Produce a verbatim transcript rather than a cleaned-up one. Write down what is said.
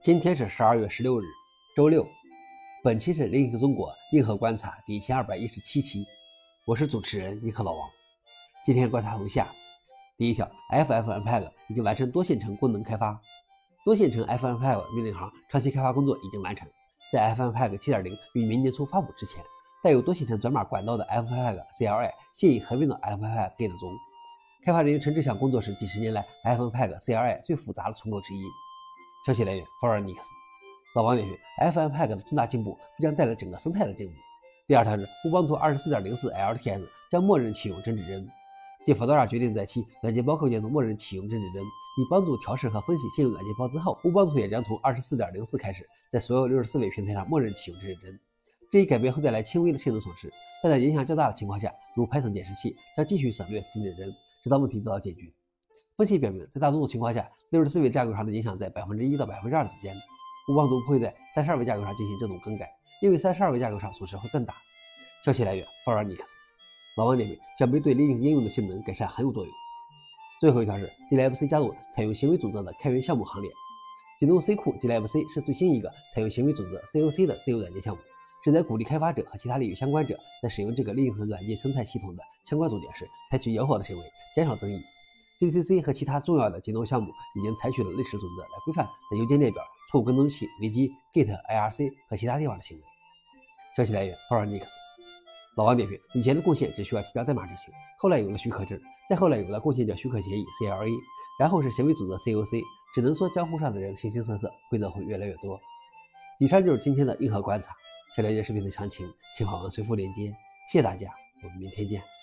今天是十二月十六日，周六。本期是零一中国硬核观察第一千二百一十七期，我是主持人硬核老王。今天观察如下：第一条 ，F F M P E G 已经完成多线程功能开发。多线程 F F M P E G 命令行长期开发工作已经完成，在 F F M P E G 七点零 于明年初发布之前，带有多线程转码管道的 F F M P E G C L I 现已合并到 F F M P E G Gate 中。开发人员称这项工作是几十年来 F F M P E G C L I 最复杂的重构之一。消息来源 Phoronix。老王点评 F F M P E G 的重大进步不将带来整个生态的进步。第二条是乌邦图 二十四点零四 L T S 将默认启用真指针。继 Fedora 决定在其软件包构件中默认启用真指针，以帮助调试和分析现有软件包之后，乌邦图也将从 二十四点零四 开始，在所有六十四位平台上默认启用真指针。这一改变会带来轻微的性能损失，但在影响较大的情况下，如 Python 解释器将继续省略真指针，直到问题得到解决。分析表明，在大多数情况下，六十四位架构上的影响在 百分之一 到 百分之二 之间。乌邦图不会在三十二位架构上进行这种更改，因为三十二位架构上损失会更大。消息来源 Phoronix。老王点评将对对 Linux 应用的性能改善很有作用。最后一条是 glibc 加入采用行为准则的开源项目行列。GNOME C 库 glibc 是最新一个采用行为准则 C O C 的自由软件项目，旨在鼓励开发者和其他领域相关者在使用这个 Linux 软件生态系统的相关组件时采取友好的行为，减少争议。G C C 和其他重要的 GNOME 项目已经采取了类似准则来规范在邮件列表、错误跟踪器、危机、Git、I R C 和其他地方的行为。消息来源 Phoronix。老王点评：以前的贡献只需要提交代码就行，后来有了许可证，再后来有了贡献者许可协议 C L A， 然后是行为准则 C O C， 只能说江湖上的人形形色色，规则会越来越多。以上就是今天的硬核观察。想了解视频的详情，请访问随附链接。谢谢大家，我们明天见。